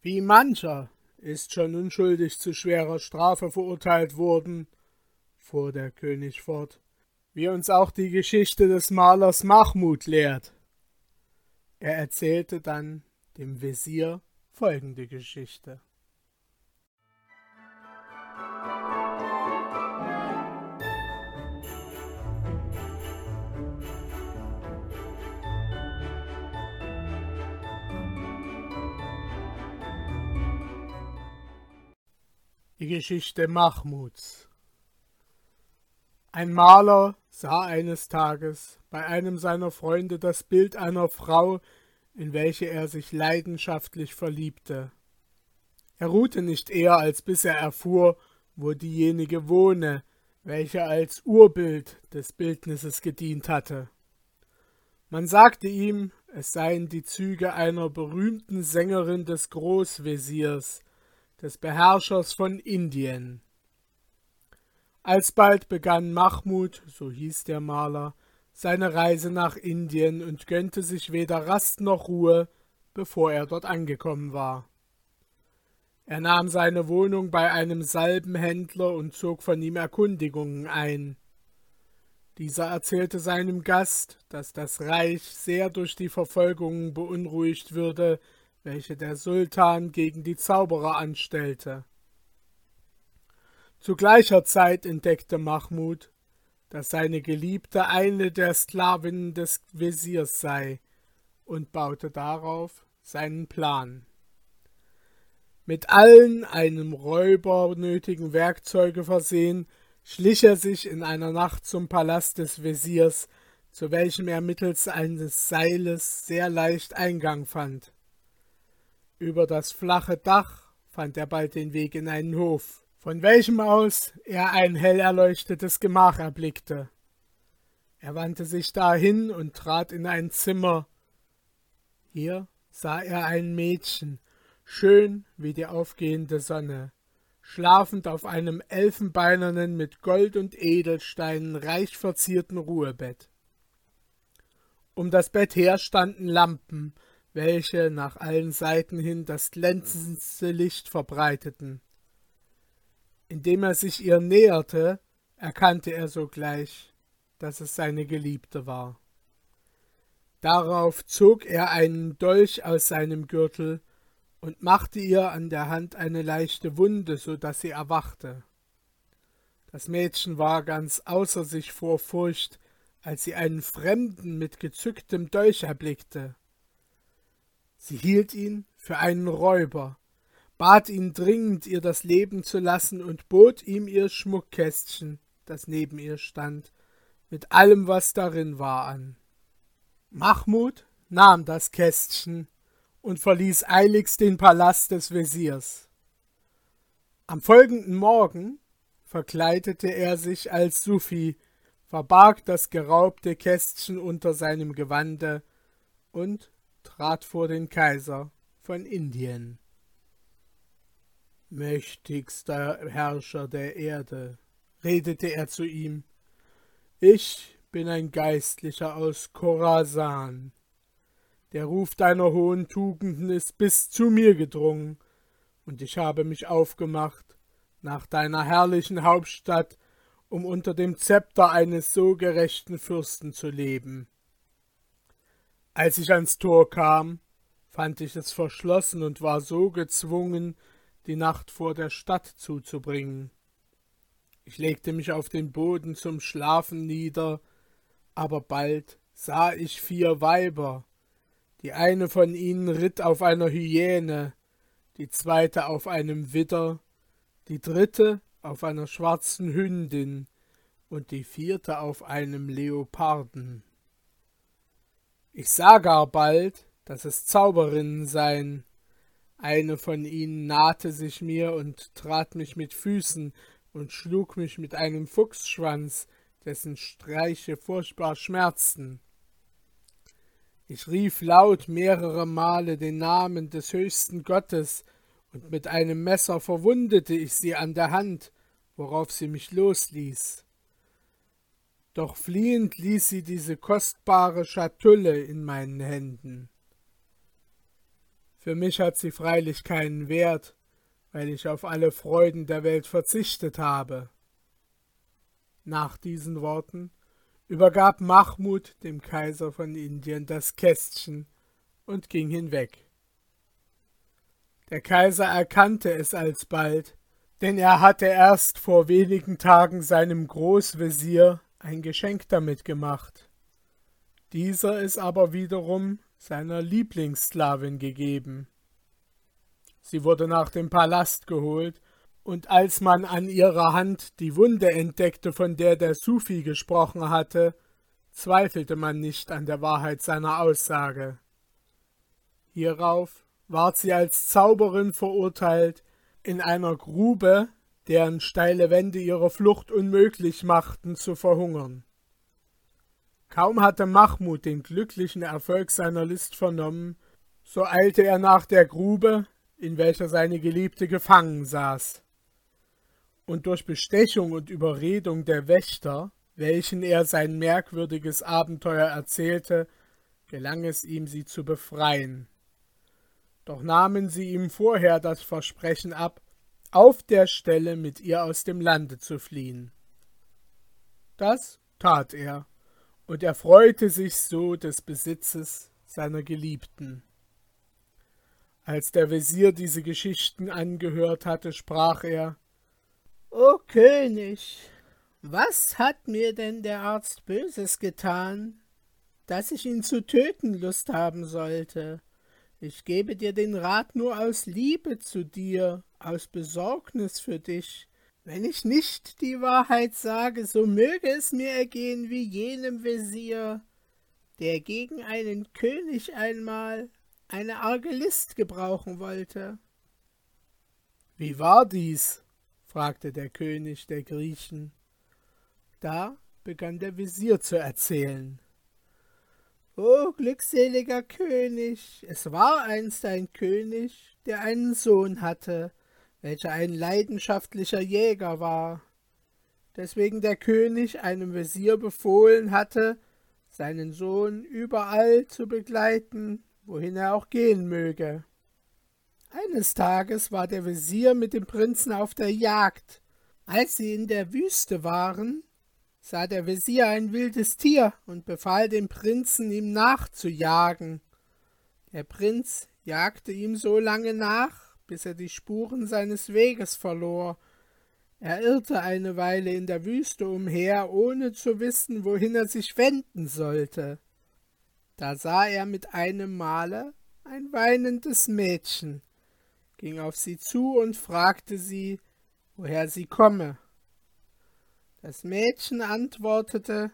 Wie mancher ist schon unschuldig zu schwerer Strafe verurteilt worden, fuhr der König fort, wie uns auch die Geschichte des Malers Mahmud lehrt. Er erzählte dann dem Wesir folgende Geschichte. Die Geschichte Mahmuds. Ein Maler sah eines Tages bei einem seiner Freunde das Bild einer Frau, in welche er sich leidenschaftlich verliebte. Er ruhte nicht eher, als bis er erfuhr, wo diejenige wohne, welche als Urbild des Bildnisses gedient hatte. Man sagte ihm, es seien die Züge einer berühmten Sängerin des Großwesirs, des Beherrschers von Indien. Alsbald begann Mahmud, so hieß der Maler, seine Reise nach Indien und gönnte sich weder Rast noch Ruhe, bevor er dort angekommen war. Er nahm seine Wohnung bei einem Salbenhändler und zog von ihm Erkundigungen ein. Dieser erzählte seinem Gast, dass das Reich sehr durch die Verfolgungen beunruhigt würde, welche der Sultan gegen die Zauberer anstellte. Zu gleicher Zeit entdeckte Mahmud, dass seine Geliebte eine der Sklavinnen des Wesirs sei, und baute darauf seinen Plan. Mit allen einem Räuber nötigen Werkzeuge versehen, schlich er sich in einer Nacht zum Palast des Wesirs, zu welchem er mittels eines Seiles sehr leicht Eingang fand. Über das flache Dach fand er bald den Weg in einen Hof, von welchem aus er ein hell erleuchtetes Gemach erblickte. Er wandte sich dahin und trat in ein Zimmer. Hier sah er ein Mädchen, schön wie die aufgehende Sonne, schlafend auf einem elfenbeinernen, mit Gold und Edelsteinen reich verzierten Ruhebett. Um das Bett her standen Lampen, welche nach allen Seiten hin das glänzendste Licht verbreiteten. Indem er sich ihr näherte, erkannte er sogleich, dass es seine Geliebte war. Darauf zog er einen Dolch aus seinem Gürtel und machte ihr an der Hand eine leichte Wunde, so dass sie erwachte. Das Mädchen war ganz außer sich vor Furcht, als sie einen Fremden mit gezücktem Dolch erblickte. Sie hielt ihn für einen Räuber, bat ihn dringend, ihr das Leben zu lassen und bot ihm ihr Schmuckkästchen, das neben ihr stand, mit allem, was darin war, an. Mahmud nahm das Kästchen und verließ eiligst den Palast des Wesirs. Am folgenden Morgen verkleidete er sich als Sufi, verbarg das geraubte Kästchen unter seinem Gewande und trat vor den Kaiser von Indien. Mächtigster Herrscher der Erde, redete er zu ihm, ich bin ein Geistlicher aus Khorasan. Der Ruf deiner hohen Tugenden ist bis zu mir gedrungen, und ich habe mich aufgemacht nach deiner herrlichen Hauptstadt, um unter dem Zepter eines so gerechten Fürsten zu leben. Als ich ans Tor kam, fand ich es verschlossen und war so gezwungen, die Nacht vor der Stadt zuzubringen. Ich legte mich auf den Boden zum Schlafen nieder, aber bald sah ich 4 Weiber. Die eine von ihnen ritt auf einer Hyäne, die zweite auf einem Widder, die dritte auf einer schwarzen Hündin und die vierte auf einem Leoparden. Ich sah gar bald, dass es Zauberinnen seien. Eine von ihnen nahte sich mir und trat mich mit Füßen und schlug mich mit einem Fuchsschwanz, dessen Streiche furchtbar schmerzten. Ich rief laut mehrere Male den Namen des höchsten Gottes, und mit einem Messer verwundete ich sie an der Hand, worauf sie mich losließ. Doch fliehend ließ sie diese kostbare Schatulle in meinen Händen. Für mich hat sie freilich keinen Wert, weil ich auf alle Freuden der Welt verzichtet habe. Nach diesen Worten übergab Mahmud dem Kaiser von Indien das Kästchen und ging hinweg. Der Kaiser erkannte es alsbald, denn er hatte erst vor wenigen Tagen seinem Großvezier ein Geschenk damit gemacht. Dieser es aber wiederum seiner Lieblingssklavin gegeben. Sie wurde nach dem Palast geholt, und als man an ihrer Hand die Wunde entdeckte, von der der Sufi gesprochen hatte, zweifelte man nicht an der Wahrheit seiner Aussage. Hierauf ward sie als Zauberin verurteilt, in einer Grube, deren steile Wände ihre Flucht unmöglich machten, zu verhungern. Kaum hatte Mahmud den glücklichen Erfolg seiner List vernommen, so eilte er nach der Grube, in welcher seine Geliebte gefangen saß. Und durch Bestechung und Überredung der Wächter, welchen er sein merkwürdiges Abenteuer erzählte, gelang es ihm, sie zu befreien. Doch nahmen sie ihm vorher das Versprechen ab, auf der Stelle mit ihr aus dem Lande zu fliehen. Das tat er, und er freute sich so des Besitzes seiner Geliebten. Als der Wesir diese Geschichten angehört hatte, sprach er: »O König, was hat mir denn der Arzt Böses getan, dass ich ihn zu töten Lust haben sollte? Ich gebe dir den Rat nur aus Liebe zu dir, aus Besorgnis für dich. Wenn ich nicht die Wahrheit sage, so möge es mir ergehen wie jenem Wesir, der gegen einen König einmal eine arge List gebrauchen wollte.« »Wie war dies?« fragte der König der Griechen. Da begann der Wesir zu erzählen. »O glückseliger König, es war einst ein König, der einen Sohn hatte, welcher ein leidenschaftlicher Jäger war. Deswegen der König einem Wesir befohlen hatte, seinen Sohn überall zu begleiten, wohin er auch gehen möge. Eines Tages war der Wesir mit dem Prinzen auf der Jagd. Als sie in der Wüste waren, sah der Wesir ein wildes Tier und befahl dem Prinzen, ihm nachzujagen. Der Prinz jagte ihm so lange nach, bis er die Spuren seines Weges verlor. Er irrte eine Weile in der Wüste umher, ohne zu wissen, wohin er sich wenden sollte. Da sah er mit einem Male ein weinendes Mädchen, ging auf sie zu und fragte sie, woher sie komme. Das Mädchen antwortete: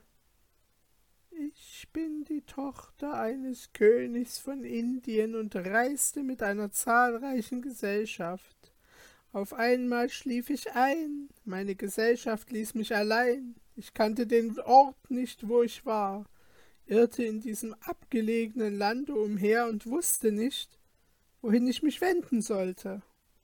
»Ich bin die Tochter eines Königs von Indien und reiste mit einer zahlreichen Gesellschaft. Auf einmal schlief ich ein, meine Gesellschaft ließ mich allein. Ich kannte den Ort nicht, wo ich war, irrte in diesem abgelegenen Lande umher und wusste nicht, wohin ich mich wenden sollte.«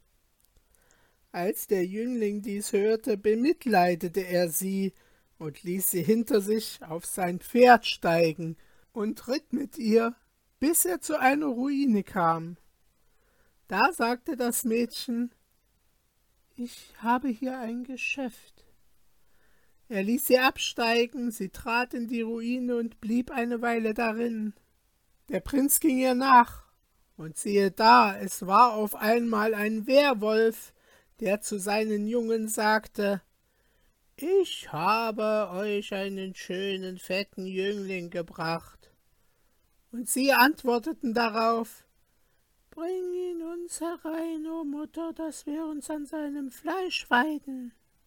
Als der Jüngling dies hörte, bemitleidete er sie und ließ sie hinter sich auf sein Pferd steigen und ritt mit ihr, bis er zu einer Ruine kam. Da sagte das Mädchen: »Ich habe hier ein Geschäft.« Er ließ sie absteigen, sie trat in die Ruine und blieb eine Weile darin. Der Prinz ging ihr nach, und siehe da, es war auf einmal ein Werwolf, der zu seinen Jungen sagte: »Ich habe euch einen schönen, fetten Jüngling gebracht.« Und sie antworteten darauf: »Bring ihn uns herein, o Mutter, dass wir uns an seinem Fleisch weiden.«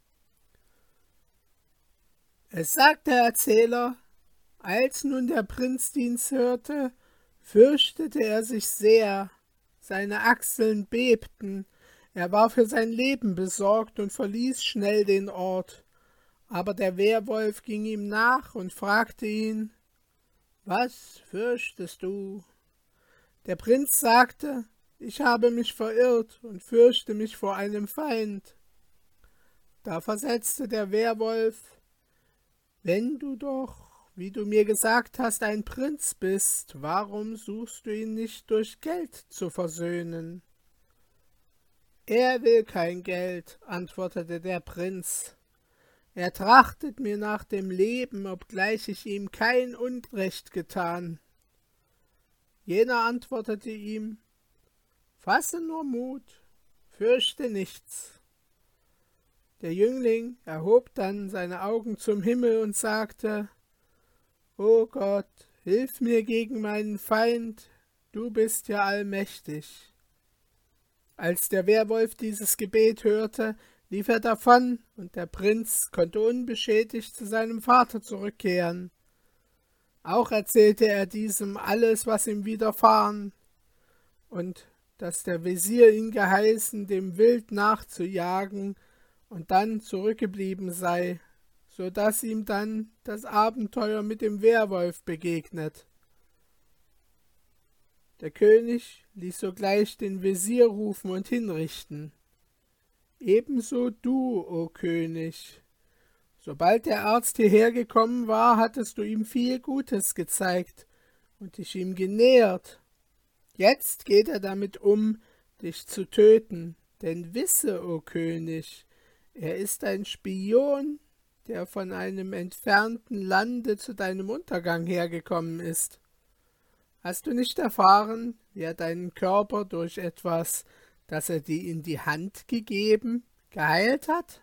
Es sagt der Erzähler: Als nun der Prinz dies hörte, fürchtete er sich sehr, seine Achseln bebten, er war für sein Leben besorgt und verließ schnell den Ort. Aber der Werwolf ging ihm nach und fragte ihn: »Was fürchtest du?« Der Prinz sagte: »Ich habe mich verirrt und fürchte mich vor einem Feind.« Da versetzte der Werwolf: »Wenn du doch wie du mir gesagt hast, ein Prinz bist, warum suchst du ihn nicht durch Geld zu versöhnen? Er will kein Geld, antwortete der Prinz. Er trachtet mir nach dem Leben, obgleich ich ihm kein Unrecht getan. Jener antwortete ihm, fasse nur Mut, fürchte nichts. Der Jüngling erhob dann seine Augen zum Himmel und sagte, O Gott, hilf mir gegen meinen Feind, du bist ja allmächtig. Als der Werwolf dieses Gebet hörte, lief er davon, und der Prinz konnte unbeschädigt zu seinem Vater zurückkehren. Auch erzählte er diesem alles, was ihm widerfahren, und dass der Wesir ihn geheißen, dem Wild nachzujagen, und dann zurückgeblieben sei, so daß ihm dann das Abenteuer mit dem Werwolf begegnet. Der König ließ sogleich den Wesir rufen und hinrichten. Ebenso du, o König. Sobald der Arzt hierher gekommen war, hattest du ihm viel Gutes gezeigt und dich ihm genähert. Jetzt geht er damit um, dich zu töten, denn wisse, o König, er ist ein Spion, der von einem entfernten Lande zu deinem Untergang hergekommen ist. Hast du nicht erfahren, wie er deinen Körper durch etwas, das er dir in die Hand gegeben, geheilt hat?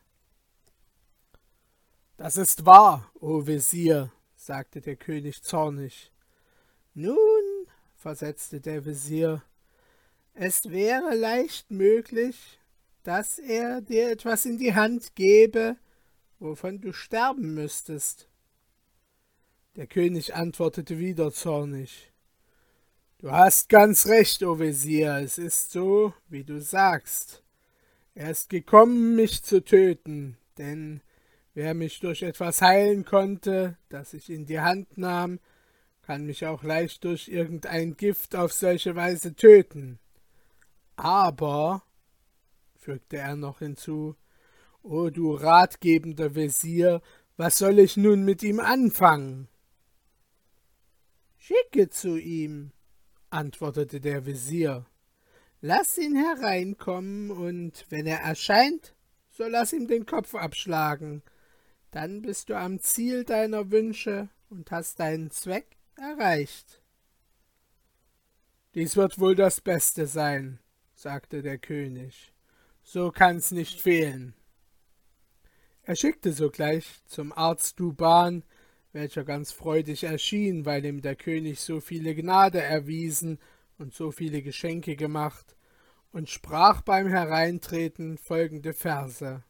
Das ist wahr, o Wesir, sagte der König zornig. Nun, versetzte der Wesir, es wäre leicht möglich, dass er dir etwas in die Hand gebe, wovon du sterben müsstest. Der König antwortete wieder zornig. Du hast ganz recht, o Wesir, es ist so, wie du sagst. Er ist gekommen, mich zu töten, denn wer mich durch etwas heilen konnte, das ich in die Hand nahm, kann mich auch leicht durch irgendein Gift auf solche Weise töten. Aber, fügte er noch hinzu, o du ratgebender Wesir, was soll ich nun mit ihm anfangen? Schicke zu ihm, antwortete der Wesir. Lass ihn hereinkommen, und wenn er erscheint, so lass ihm den Kopf abschlagen. Dann bist du am Ziel deiner Wünsche und hast deinen Zweck erreicht. Dies wird wohl das Beste sein, sagte der König. So kann's nicht fehlen. Er schickte sogleich zum Arzt Duban, welcher ganz freudig erschien, weil ihm der König so viele Gnade erwiesen und so viele Geschenke gemacht, und sprach beim Hereintreten folgende Verse.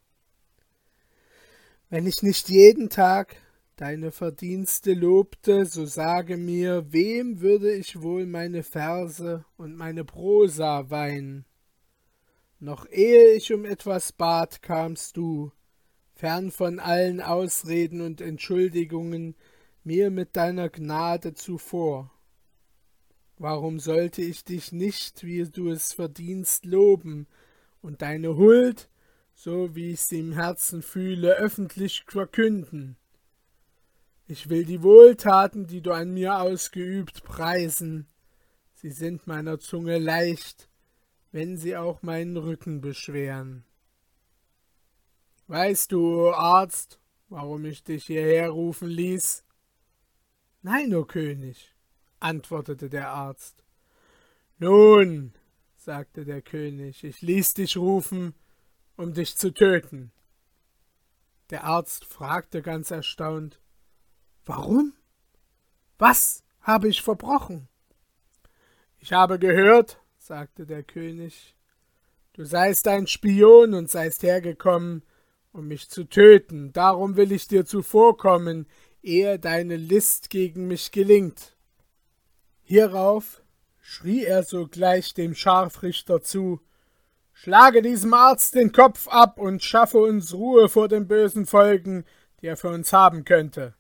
Wenn ich nicht jeden Tag deine Verdienste lobte, so sage mir, wem würde ich wohl meine Verse und meine Prosa weihen? Noch ehe ich um etwas bat, kamst du, fern von allen Ausreden und Entschuldigungen, mir mit deiner Gnade zuvor. Warum sollte ich dich nicht, wie du es verdienst, loben und deine Huld, so wie ich sie im Herzen fühle, öffentlich verkünden? Ich will die Wohltaten, die du an mir ausgeübt, preisen. Sie sind meiner Zunge leicht, wenn sie auch meinen Rücken beschweren. Weißt du, Arzt, warum ich dich hierher rufen ließ? Nein, o König, antwortete der Arzt. Nun, sagte der König, ich ließ dich rufen, um dich zu töten. Der Arzt fragte ganz erstaunt, warum? Was habe ich verbrochen? Ich habe gehört, sagte der König, du seist ein Spion und seist hergekommen, um mich zu töten. Darum will ich dir zuvorkommen, ehe deine List gegen mich gelingt. Hierauf schrie er sogleich dem Scharfrichter zu, schlage diesem Arzt den Kopf ab und schaffe uns Ruhe vor den bösen Folgen, die er für uns haben könnte.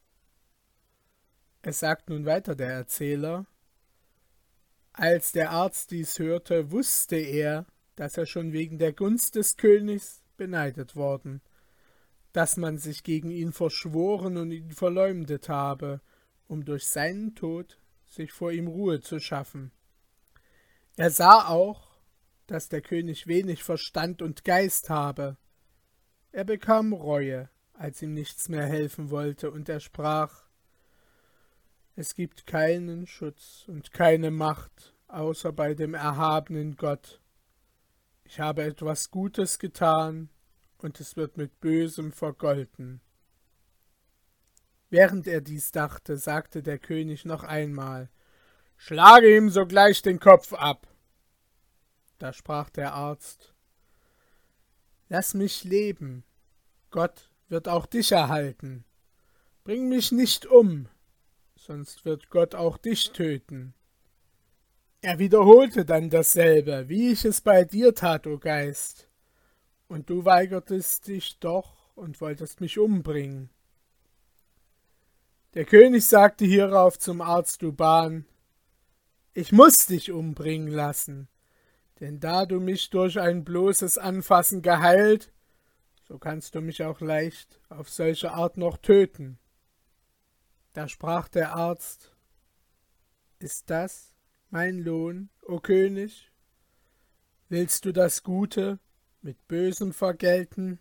Es sagt nun weiter der Erzähler, als der Arzt dies hörte, wusste er, dass er schon wegen der Gunst des Königs beneidet worden. dass man sich gegen ihn verschworen und ihn verleumdet habe, um durch seinen Tod sich vor ihm Ruhe zu schaffen. Er sah auch, dass der König wenig Verstand und Geist habe. Er bekam Reue, als ihm nichts mehr helfen wollte, und er sprach: Es gibt keinen Schutz und keine Macht, außer bei dem erhabenen Gott. Ich habe etwas Gutes getan, und es wird mit Bösem vergolten. Während er dies dachte, sagte der König noch einmal: Schlage ihm sogleich den Kopf ab. Da sprach der Arzt: Lass mich leben, Gott wird auch dich erhalten. Bring mich nicht um, sonst wird Gott auch dich töten. Er wiederholte dann dasselbe, wie ich es bei dir tat, o Geist, und du weigertest dich doch und wolltest mich umbringen. Der König sagte hierauf zum Arzt Duban: Ich muß dich umbringen lassen, denn da du mich durch ein bloßes Anfassen geheilt, so kannst du mich auch leicht auf solche Art noch töten. Da sprach der Arzt: Ist das mein Lohn, o König? Willst du das Gute mit Bösem vergelten?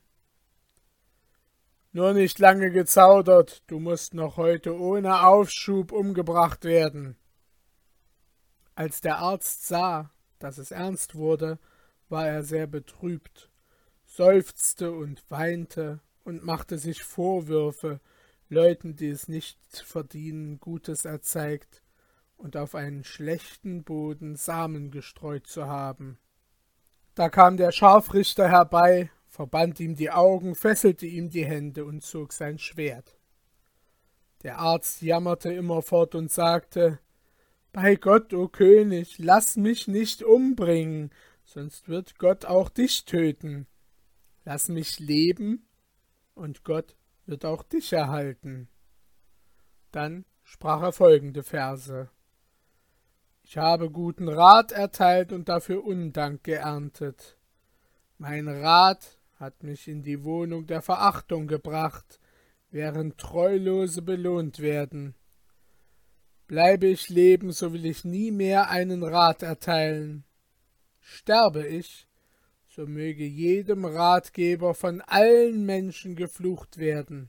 Nur nicht lange gezaudert, du musst noch heute ohne Aufschub umgebracht werden. Als der Arzt sah, dass es ernst wurde, war er sehr betrübt, seufzte und weinte und machte sich Vorwürfe, Leuten, die es nicht verdienen, Gutes erzeigt und auf einen schlechten Boden Samen gestreut zu haben. Da kam der Scharfrichter herbei, verband ihm die Augen, fesselte ihm die Hände und zog sein Schwert. Der Arzt jammerte immerfort und sagte: Bei Gott, o König, lass mich nicht umbringen, sonst wird Gott auch dich töten. Lass mich leben, und Gott wird auch dich erhalten. Dann sprach er folgende Verse: Ich habe guten Rat erteilt und dafür Undank geerntet. Mein Rat hat mich in die Wohnung der Verachtung gebracht, während Treulose belohnt werden. Bleibe ich leben, so will ich nie mehr einen Rat erteilen. Sterbe ich, so möge jedem Ratgeber von allen Menschen geflucht werden.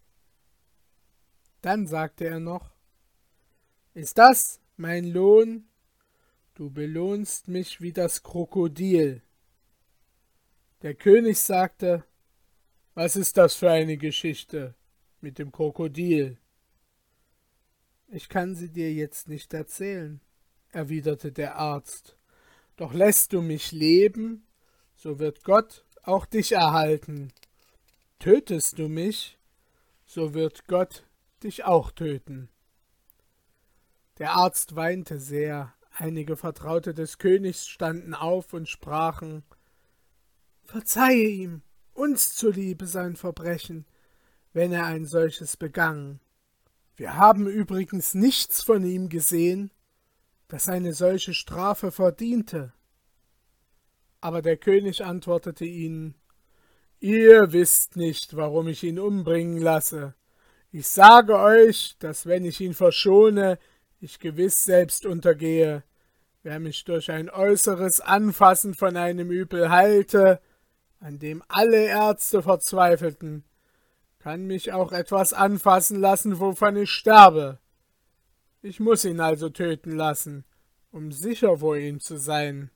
Dann sagte er noch: Ist das mein Lohn? Du belohnst mich wie das Krokodil. Der König sagte: Was ist das für eine Geschichte mit dem Krokodil? Ich kann sie dir jetzt nicht erzählen, erwiderte der Arzt. Doch lässt du mich leben, so wird Gott auch dich erhalten. Tötest du mich, so wird Gott dich auch töten. Der Arzt weinte sehr. Einige Vertraute des Königs standen auf und sprachen: Verzeihe ihm, uns zuliebe sein Verbrechen, wenn er ein solches begangen. Wir haben übrigens nichts von ihm gesehen, das eine solche Strafe verdiente. Aber der König antwortete ihnen: Ihr wisst nicht, warum ich ihn umbringen lasse. Ich sage euch, dass wenn ich ihn verschone, ich gewiss selbst untergehe. Wer mich durch ein äußeres Anfassen von einem Übel heilte, an dem alle Ärzte verzweifelten, kann mich auch etwas anfassen lassen, wovon ich sterbe. Ich muß ihn also töten lassen, um sicher vor ihm zu sein.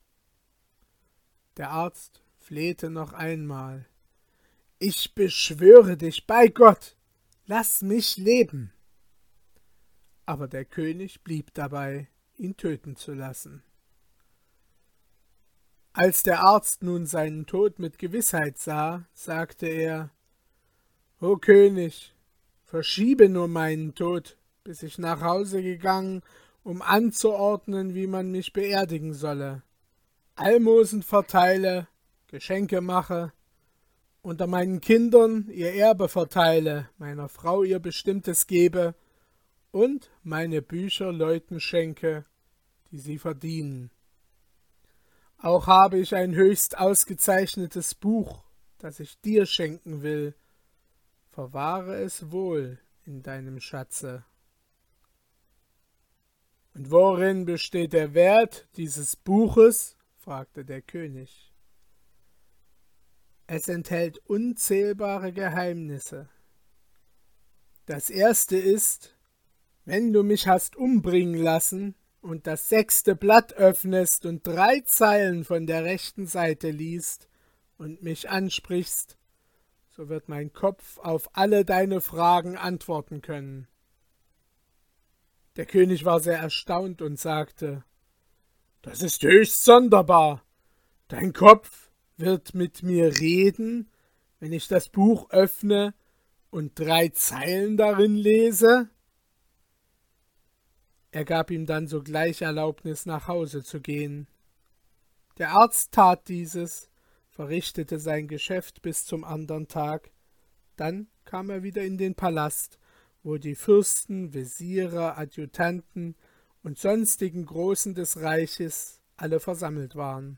Der Arzt flehte noch einmal: Ich beschwöre dich bei Gott, lass mich leben. Aber der König blieb dabei, ihn töten zu lassen. Als der Arzt nun seinen Tod mit Gewissheit sah, sagte er: O König, verschiebe nur meinen Tod, bis ich nach Hause gegangen, um anzuordnen, wie man mich beerdigen solle, Almosen verteile, Geschenke mache, unter meinen Kindern ihr Erbe verteile, meiner Frau ihr Bestimmtes gebe und meine Bücher Leuten schenke, die sie verdienen. Auch habe ich ein höchst ausgezeichnetes Buch, das ich dir schenken will, verwahre es wohl in deinem Schatze. Und worin besteht der Wert dieses Buches? Fragte der König. Es enthält unzählbare Geheimnisse. Das erste ist, wenn du mich hast umbringen lassen und das 6. Blatt öffnest und 3 Zeilen von der rechten Seite liest und mich ansprichst, so wird mein Kopf auf alle deine Fragen antworten können. Der König war sehr erstaunt und sagte, das ist höchst sonderbar. Dein Kopf wird mit mir reden, wenn ich das Buch öffne und 3 Zeilen darin lese? Er gab ihm dann sogleich Erlaubnis, nach Hause zu gehen. Der Arzt tat dieses, verrichtete sein Geschäft bis zum andern Tag. Dann kam er wieder in den Palast, wo die Fürsten, Wesire, Adjutanten und sonstigen Großen des Reiches alle versammelt waren.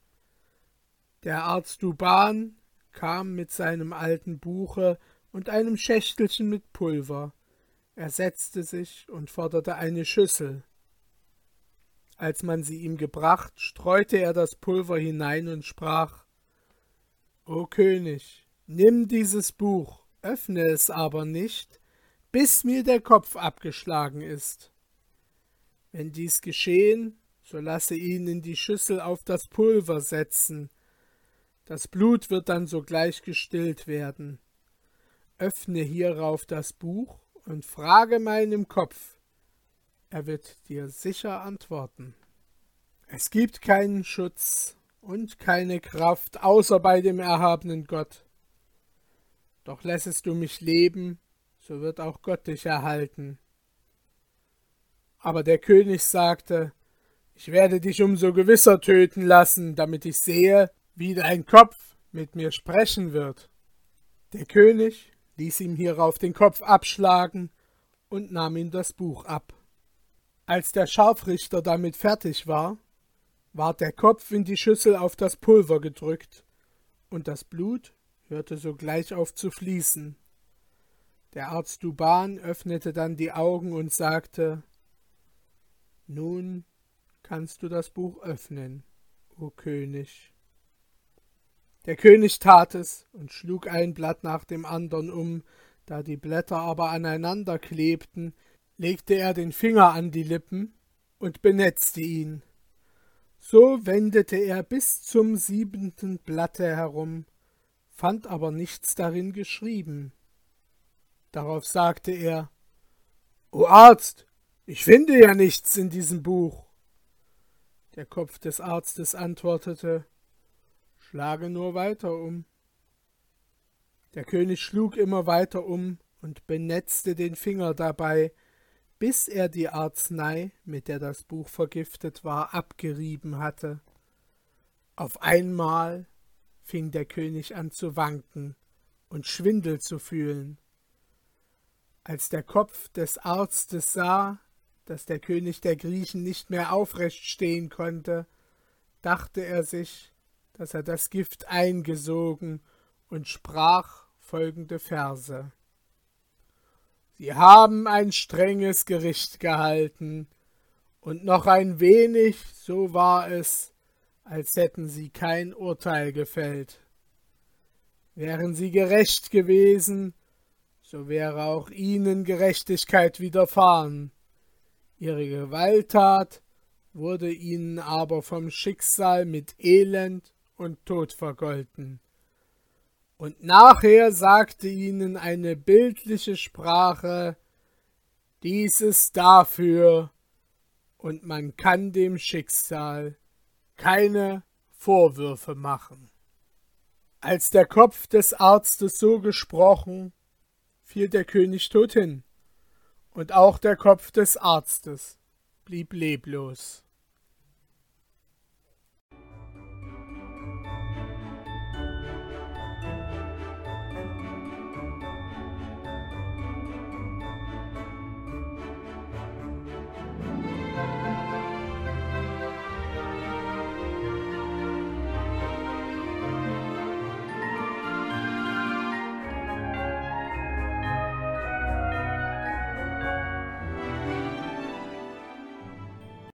Der Arzt Duban kam mit seinem alten Buche und einem Schächtelchen mit Pulver. Er setzte sich und forderte eine Schüssel. Als man sie ihm gebracht, streute er das Pulver hinein und sprach: »O König, nimm dieses Buch, öffne es aber nicht, bis mir der Kopf abgeschlagen ist. Wenn dies geschehen, so lasse ihn in die Schüssel auf das Pulver setzen. Das Blut wird dann sogleich gestillt werden. Öffne hierauf das Buch und frage meinem Kopf. Er wird dir sicher antworten. Es gibt keinen Schutz und keine Kraft, außer bei dem erhabenen Gott. Doch lässest du mich leben, so wird auch Gott dich erhalten.« Aber der König sagte: »Ich werde dich umso gewisser töten lassen, damit ich sehe, wie dein Kopf mit mir sprechen wird.« Der König ließ ihm hierauf den Kopf abschlagen und nahm ihm das Buch ab. Als der Scharfrichter damit fertig war, ward der Kopf in die Schüssel auf das Pulver gedrückt, und das Blut hörte sogleich auf zu fließen. Der Arzt Duban öffnete dann die Augen und sagte: »Nun kannst du das Buch öffnen, o König.« Der König tat es und schlug ein Blatt nach dem andern um. Da die Blätter aber aneinander klebten, legte er den Finger an die Lippen und benetzte ihn. So wendete er bis zum 7. Blatte herum, fand aber nichts darin geschrieben. Darauf sagte er: »O Arzt, ich finde ja nichts in diesem Buch.« Der Kopf des Arztes antwortete: »Schlage nur weiter um.« Der König schlug immer weiter um und benetzte den Finger dabei, bis er die Arznei, mit der das Buch vergiftet war, abgerieben hatte. Auf einmal fing der König an zu wanken und Schwindel zu fühlen. Als der Kopf des Arztes sah, dass der König der Griechen nicht mehr aufrecht stehen konnte, dachte er sich, dass er das Gift eingesogen, und sprach folgende Verse: »Sie haben ein strenges Gericht gehalten, und noch ein wenig, so war es, als hätten sie kein Urteil gefällt. Wären sie gerecht gewesen, so wäre auch ihnen Gerechtigkeit widerfahren. Ihre Gewalttat wurde ihnen aber vom Schicksal mit Elend und Tod vergolten. Und nachher sagte ihnen eine bildliche Sprache: Dies ist dafür, und man kann dem Schicksal keine Vorwürfe machen.« Als der Kopf des Arztes so gesprochen, fiel der König tot hin, und auch der Kopf des Arztes blieb leblos.